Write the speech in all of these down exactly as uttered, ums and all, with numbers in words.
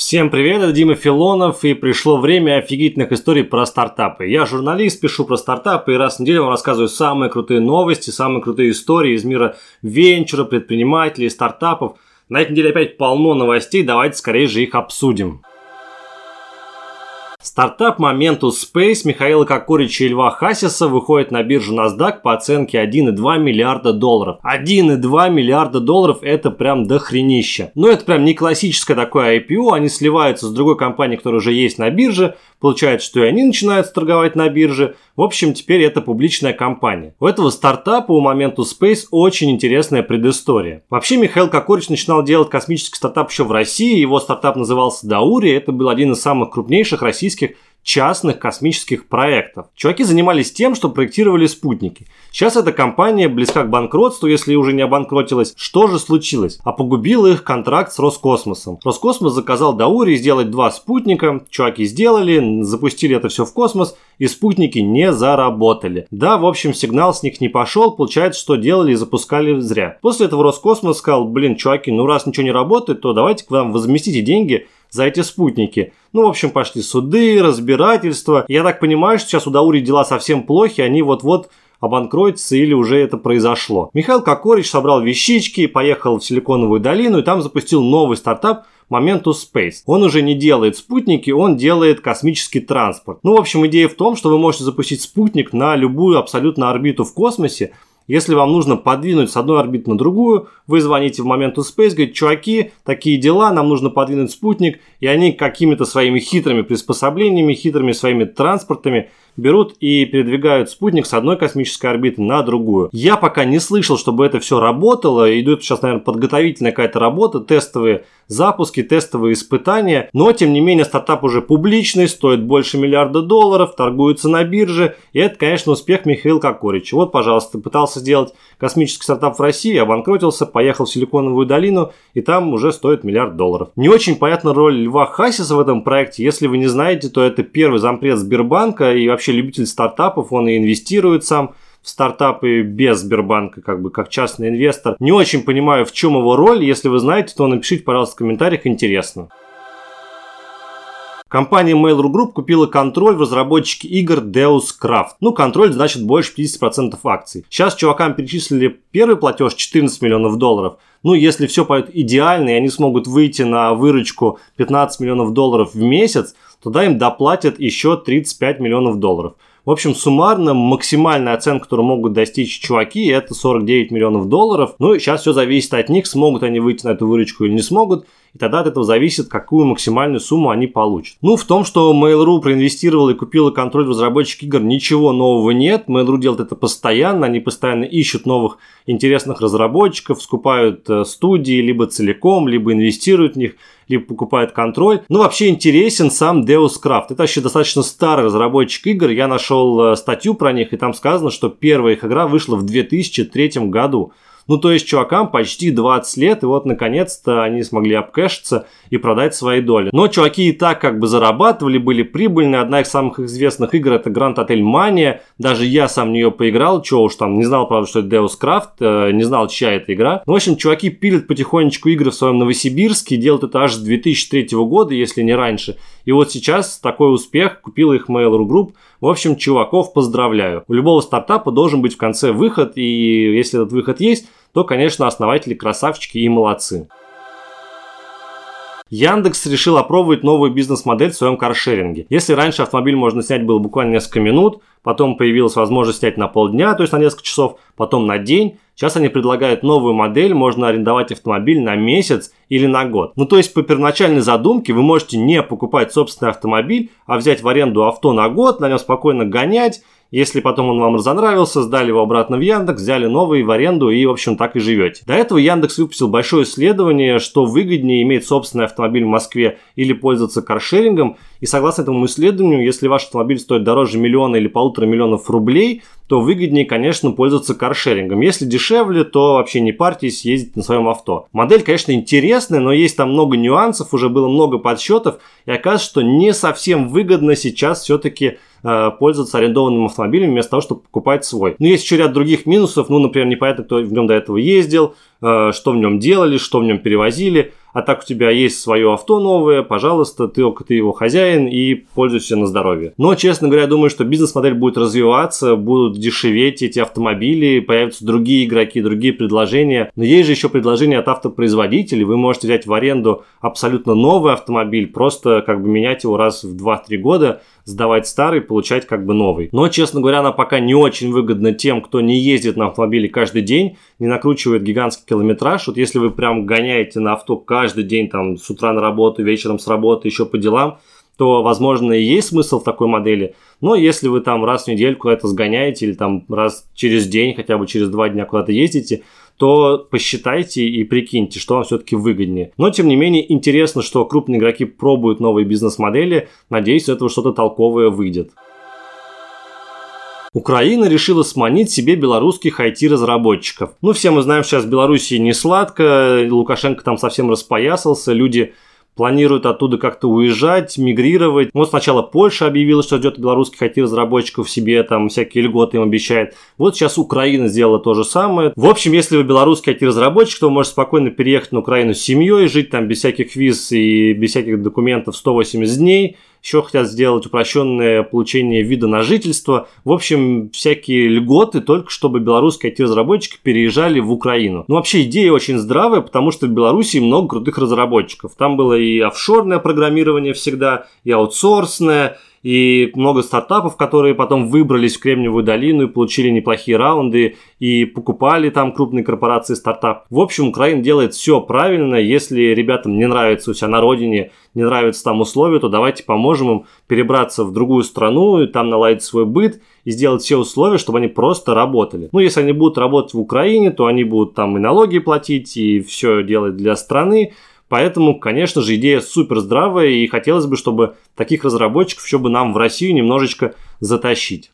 Всем привет, это Дима Филонов, и пришло время офигительных историй про стартапы. Я журналист, пишу про стартапы, и раз в неделю вам рассказываю самые крутые новости, самые крутые истории из мира венчура, предпринимателей, стартапов. На этой неделе опять полно новостей, давайте скорее же их обсудим. Стартап Momentus Space Михаила Кокорича и Льва Хасиса выходит на биржу NASDAQ по оценке один и два миллиарда долларов. один и два миллиарда долларов – это прям дохренища. Но это прям не классическое такое ай пи о, они сливаются с другой компанией, которая уже есть на бирже. Получается, что и они начинают торговать на бирже. В общем, теперь это публичная компания. У этого стартапа, у Momentus Space, очень интересная предыстория. Вообще, Михаил Кокорич начинал делать космический стартап еще в России. Его стартап назывался Даури. Это был один из самых крупнейших российских частных космических проектов. Чуваки занимались тем, что проектировали спутники. Сейчас эта компания близка к банкротству, если уже не обанкротилась. Что же случилось? А погубил их контракт с Роскосмосом. Роскосмос заказал Даури сделать два спутника. Чуваки сделали, запустили это все в космос, и спутники не заработали. Да, в общем, сигнал с них не пошел. Получается, что делали и запускали зря. После этого Роскосмос сказал: блин, чуваки, ну раз ничего не работает, то давайте к вам возместите деньги за эти спутники. Ну, в общем, пошли суды, разбирательства. Я так понимаю, что сейчас у Даури дела совсем плохи, они вот-вот обанкротятся или уже это произошло. Михаил Кокорич собрал вещички, поехал в Силиконовую долину и там запустил новый стартап Momentus Space. Он уже не делает спутники, он делает космический транспорт. Ну, в общем, идея в том, что вы можете запустить спутник на любую абсолютно орбиту в космосе. Если вам нужно подвинуть с одной орбиты на другую, вы звоните в Momentus Space, говорите: чуваки, такие дела, нам нужно подвинуть спутник, и они какими-то своими хитрыми приспособлениями, хитрыми своими транспортами берут и передвигают спутник с одной космической орбиты на другую. Я пока не слышал, чтобы это все работало. Идет сейчас, наверное, подготовительная какая-то работа, тестовые запуски, тестовые испытания. Но, тем не менее, стартап уже публичный, стоит больше миллиарда долларов, торгуется на бирже. И это, конечно, успех Михаила Кокорича. Вот, пожалуйста, пытался сделать космический стартап в России, обанкротился, поехал в Силиконовую долину, и там уже стоит миллиард долларов. Не очень понятна роль Льва Хасиса в этом проекте. Если вы не знаете, то это первый зампред Сбербанка и вообще любитель стартапов, он и инвестирует сам в стартапы без Сбербанка, как бы как частный инвестор. Не очень понимаю, в чем его роль. Если вы знаете, то напишите, пожалуйста, в комментариях, интересно. Компания Mail.ru Group купила контроль в разработчике игр Deus Craft. Ну, контроль значит больше пятьдесят процентов акций. Сейчас чувакам перечислили первый платеж четырнадцать миллионов долларов. Ну, если все пойдет идеально, и они смогут выйти на выручку пятнадцать миллионов долларов в месяц, тогда им доплатят еще тридцать пять миллионов долларов. В общем, суммарно максимальная оценка, которую могут достичь чуваки, это сорок девять миллионов долларов. Ну, и сейчас все зависит от них, смогут они выйти на эту выручку или не смогут. И тогда от этого зависит, какую максимальную сумму они получат. Ну, в том, что Mail.ru проинвестировала и купила контроль в разработчиков игр, ничего нового нет. Mail.ru делает это постоянно. Они постоянно ищут новых интересных разработчиков, скупают студии либо целиком, либо инвестируют в них, либо покупают контроль. Ну, вообще интересен сам Deus Craft. Это вообще достаточно старый разработчик игр. Я нашел статью про них, и там сказано, что первая их игра вышла в две тысячи третьем году. Ну, то есть, чувакам почти двадцать лет, и вот, наконец-то, они смогли обкэшиться и продать свои доли. Но чуваки и так как бы зарабатывали, были прибыльны. Одна из самых известных игр – это Grand Hotel Mania. Даже я сам в нее поиграл, чего уж там, не знал, правда, что это Deus Craft, не знал, чья это игра. Ну, в общем, чуваки пилят потихонечку игры в своем Новосибирске, делают это аж с две тысячи третьего года, если не раньше. И вот сейчас такой успех, купила их Mail.ru Group. В общем, чуваков поздравляю. У любого стартапа должен быть в конце выход, и если этот выход есть, то, конечно, основатели красавчики и молодцы. Яндекс решил опробовать новую бизнес-модель в своем каршеринге. Если раньше автомобиль можно снять было буквально несколько минут, потом появилась возможность снять на полдня, то есть на несколько часов, потом на день. Сейчас они предлагают новую модель, можно арендовать автомобиль на месяц или на год. Ну, то есть по первоначальной задумке вы можете не покупать собственный автомобиль, а взять в аренду авто на год, на нем спокойно гонять. Если потом он вам разонравился, сдали его обратно в Яндекс, взяли новый в аренду и, в общем, так и живете. До этого Яндекс выпустил большое исследование, что выгоднее иметь собственный автомобиль в Москве или пользоваться каршерингом. И согласно этому исследованию, если ваш автомобиль стоит дороже миллиона или полутора миллионов рублей, то выгоднее, конечно, пользоваться каршерингом. Если дешевле, то вообще не парьтесь, ездить на своем авто. Модель, конечно, интересная, но есть там много нюансов, уже было много подсчетов, и оказывается, что не совсем выгодно сейчас все-таки э, пользоваться арендованным автомобилем вместо того, чтобы покупать свой. Но есть еще ряд других минусов, ну, например, непонятно, кто в нем до этого ездил, э, что в нем делали, что в нем перевозили. А так у тебя есть свое авто новое, пожалуйста, ты, ты его хозяин и пользуйся на здоровье. Но, честно говоря, думаю, что бизнес-модель будет развиваться, будут дешеветь эти автомобили, появятся другие игроки, другие предложения. Но есть же еще предложения от автопроизводителей. Вы можете взять в аренду абсолютно новый автомобиль, просто как бы менять его раз в два-три года, сдавать старый, получать как бы новый. Но, честно говоря, она пока не очень выгодна тем, кто не ездит на автомобиле каждый день, не накручивает гигантский километраж. Вот если вы прям гоняете на авто каждый день, там, с утра на работу, вечером с работы, еще по делам, то, возможно, и есть смысл в такой модели. Но если вы там раз в неделю куда-то сгоняете или там раз через день, хотя бы через два дня куда-то ездите, то посчитайте и прикиньте, что вам все-таки выгоднее. Но, тем не менее, интересно, что крупные игроки пробуют новые бизнес-модели. Надеюсь, из этого что-то толковое выйдет. Украина решила сманить себе белорусских ай ти-разработчиков. Ну, все мы знаем, сейчас в Беларуси не сладко, Лукашенко там совсем распоясался, люди планируют оттуда как-то уезжать, мигрировать. Вот сначала Польша объявила, что ждет белорусских ай ти-разработчиков, себе там всякие льготы им обещает. Вот сейчас Украина сделала то же самое. В общем, если вы белорусский ай ти-разработчик, то вы можете спокойно переехать на Украину с семьей, жить там без всяких виз и без всяких документов сто восемьдесят дней. Еще хотят сделать упрощенное получение вида на жительство. В общем, всякие льготы, только чтобы белорусские ай ти-разработчики переезжали в Украину. Ну, вообще, идея очень здравая, потому что в Беларуси много крутых разработчиков. Там было и офшорное программирование всегда, и аутсорсное, и много стартапов, которые потом выбрались в Кремниевую долину и получили неплохие раунды, и покупали там крупные корпорации стартап. В общем, Украина делает все правильно. Если ребятам не нравится у себя на родине, не нравятся там условия, то давайте поможем им перебраться в другую страну, и там наладить свой быт и сделать все условия, чтобы они просто работали. Ну, если они будут работать в Украине, то они будут там и налоги платить, и все делать для страны. Поэтому, конечно же, идея супер здравая, и хотелось бы, чтобы таких разработчиков еще бы нам в Россию немножечко затащить.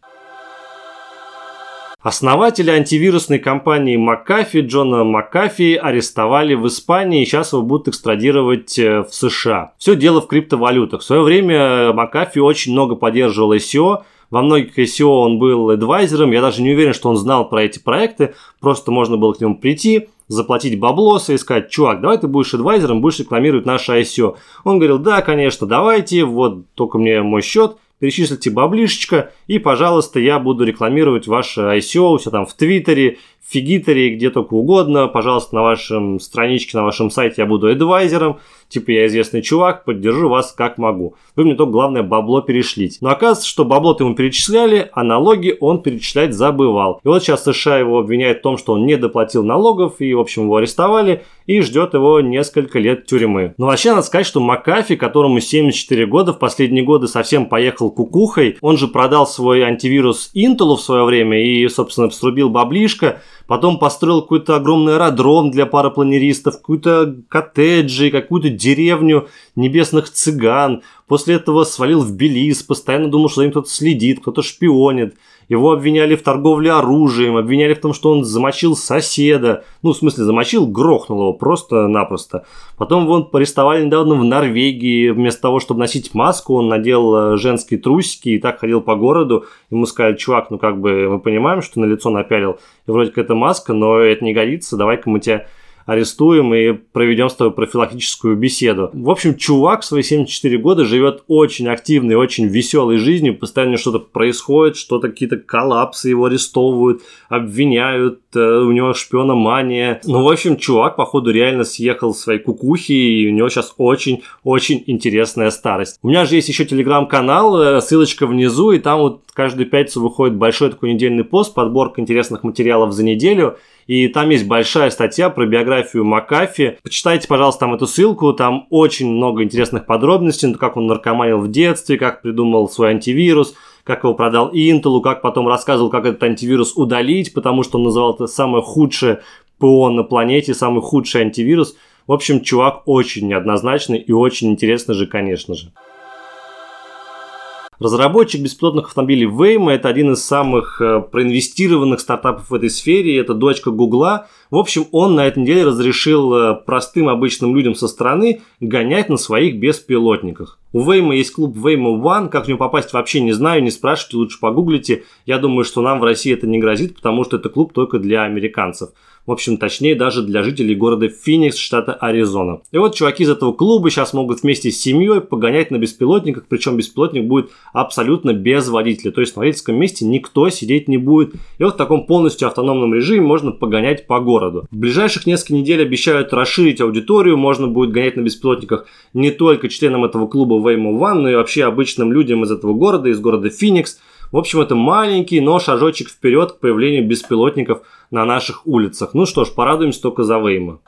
Основателя антивирусной компании McAfee Джона Макафи арестовали в Испании, и сейчас его будут экстрадировать в США. Все дело в криптовалютах. В свое время McAfee очень много поддерживал ай си о. Во многих ай си о он был адвайзером. Я даже не уверен, что он знал про эти проекты. Просто можно было к нему прийти, заплатить баблосы и сказать: чувак, давай ты будешь адвайзером, будешь рекламировать наше ай си о. Он говорил: да, конечно, давайте, вот только мне мой счет, перечислите баблишечко, и, пожалуйста, я буду рекламировать ваше ай си о, все там в Твиттере, в Фигитере, где только угодно. Пожалуйста, на вашем страничке, на вашем сайте я буду адвайзером. Типа, я известный чувак, поддержу вас как могу. Вы мне только, главное, бабло перешлите. Но оказывается, что бабло-то ему перечисляли, а налоги он перечислять забывал. И вот сейчас США его обвиняют в том, что он не доплатил налогов, и, в общем, его арестовали, и ждет его несколько лет тюрьмы. Но вообще, надо сказать, что Макафи, которому семьдесят четыре года, в последние годы совсем поехал кукухой. Он же продал свой антивирус Intel в свое время и, собственно, срубил баблишко. Потом построил какой-то огромный аэродром для парапланеристов, какую-то коттеджи, какую-то деревню небесных цыган. После этого свалил в Белиз, постоянно думал, что за ним кто-то следит, кто-то шпионит. Его обвиняли в торговле оружием, обвиняли в том, что он замочил соседа. Ну, в смысле, замочил, грохнул его просто-напросто. Потом его арестовали недавно в Норвегии. Вместо того, чтобы носить маску, он надел женские трусики и так ходил по городу. Ему сказали: чувак, ну как бы мы понимаем, что на лицо напялил. И вроде как это маска, но это не годится, давай-ка мы тебя арестуем и проведем с тобой профилактическую беседу. В общем, чувак в свои семьдесят четыре года живет очень активной, очень веселой жизнью. Постоянно что-то происходит, что-то, какие-то коллапсы, его арестовывают, обвиняют, у него шпиономания. Ну, в общем, чувак, походу, реально съехал в своей кукухи, и у него сейчас очень-очень интересная старость. У меня же есть еще телеграм-канал, ссылочка внизу, и там вот каждую пятницу выходит большой такой недельный пост, подборка интересных материалов за неделю. И там есть большая статья про биографию Макафи. Почитайте, пожалуйста, там эту ссылку. Там очень много интересных подробностей. Как он наркоманил в детстве, как придумал свой антивирус, как его продал Intel, как потом рассказывал, как этот антивирус удалить, потому что он называл это самое худшее ПО на планете, самый худший антивирус. В общем, чувак очень неоднозначный и очень интересный же, конечно же. Разработчик беспилотных автомобилей Waymo – это один из самых э, проинвестированных стартапов в этой сфере, это дочка Гугла. В общем, он на этой неделе разрешил э, простым обычным людям со стороны гонять на своих беспилотниках. У Waymo есть клуб Waymo One, как в него попасть вообще не знаю, не спрашивайте, лучше погуглите. Я думаю, что нам в России это не грозит, потому что это клуб только для американцев. В общем, точнее, даже для жителей города Феникс, штата Аризона. И вот чуваки из этого клуба сейчас могут вместе с семьей погонять на беспилотниках, причем беспилотник будет абсолютно без водителя. То есть на водительском месте никто сидеть не будет. И вот в таком полностью автономном режиме можно погонять по городу. В ближайших несколько недель обещают расширить аудиторию. Можно будет гонять на беспилотниках не только членам этого клуба Waymo One, но и вообще обычным людям из этого города, из города Феникс. В общем, это маленький, но шажочек вперед к появлению беспилотников на наших улицах. Ну что ж, порадуемся только за Waymo.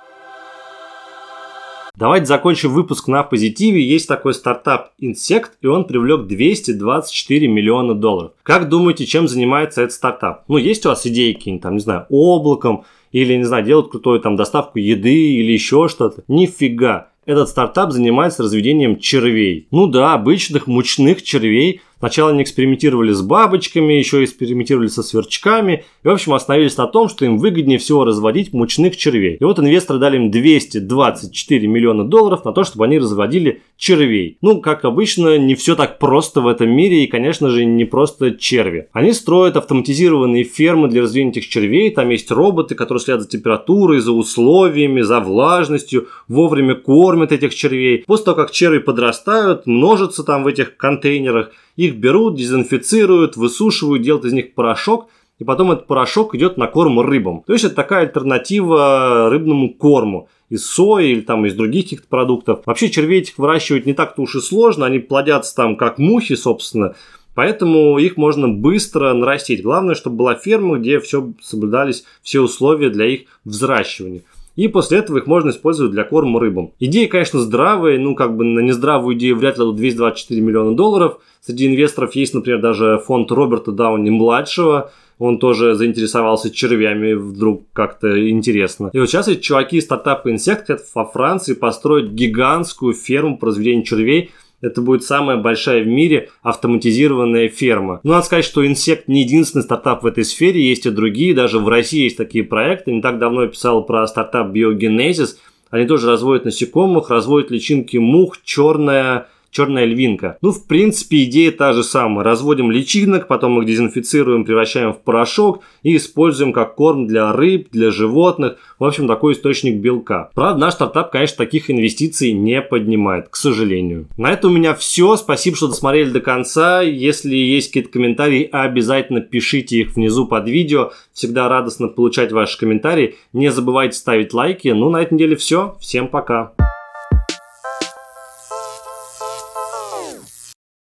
Давайте закончим выпуск на позитиве. Есть такой стартап Insect, и он привлек двести двадцать четыре миллиона долларов. Как думаете, чем занимается этот стартап? Ну, есть у вас идеи какие-нибудь, там, не знаю, облаком, или, не знаю, делают крутую там доставку еды или еще что-то? Нифига. Этот стартап занимается разведением червей. Ну да, обычных мучных червей. Сначала они экспериментировали с бабочками, еще экспериментировали со сверчками. И, в общем, остановились на том, что им выгоднее всего разводить мучных червей. И вот инвесторы дали им двести двадцать четыре миллиона долларов на то, чтобы они разводили червей. Ну, как обычно, не все так просто в этом мире. И, конечно же, не просто черви. Они строят автоматизированные фермы для разведения этих червей. Там есть роботы, которые следят за температурой, за условиями, за влажностью. Вовремя кормят этих червей. После того, как черви подрастают, множатся там в этих контейнерах, их берут, дезинфицируют, высушивают, делают из них порошок, и потом этот порошок идет на корм рыбам. То есть это такая альтернатива рыбному корму из сои или там из других каких-то продуктов. Вообще червей этих выращивать не так-то уж и сложно, они плодятся там как мухи, собственно, поэтому их можно быстро нарастить. Главное, чтобы была ферма, где все соблюдались все условия для их взращивания. И после этого их можно использовать для корма рыбам. Идея, конечно, здравая, ну как бы на нездравую идею вряд ли дадут двести двадцать четыре миллиона долларов. Среди инвесторов есть, например, даже фонд Роберта Дауни-младшего. Он тоже заинтересовался червями, вдруг как-то интересно. И вот сейчас эти чуваки из стартапа Insect хотят во Франции построить гигантскую ферму по разведению червей. Это будет самая большая в мире автоматизированная ферма. Ну, надо сказать, что Insect не единственный стартап в этой сфере, есть и другие. Даже в России есть такие проекты. Не так давно я писал про стартап Biogenesis. Они тоже разводят насекомых, разводят личинки мух, черная... черная львинка. Ну, в принципе, идея та же самая. Разводим личинок, потом их дезинфицируем, превращаем в порошок и используем как корм для рыб, для животных. В общем, такой источник белка. Правда, наш стартап, конечно, таких инвестиций не поднимает, к сожалению. На это у меня все. Спасибо, что досмотрели до конца. Если есть какие-то комментарии, обязательно пишите их внизу под видео. Всегда радостно получать ваши комментарии. Не забывайте ставить лайки. Ну, на этой неделе все. Всем пока.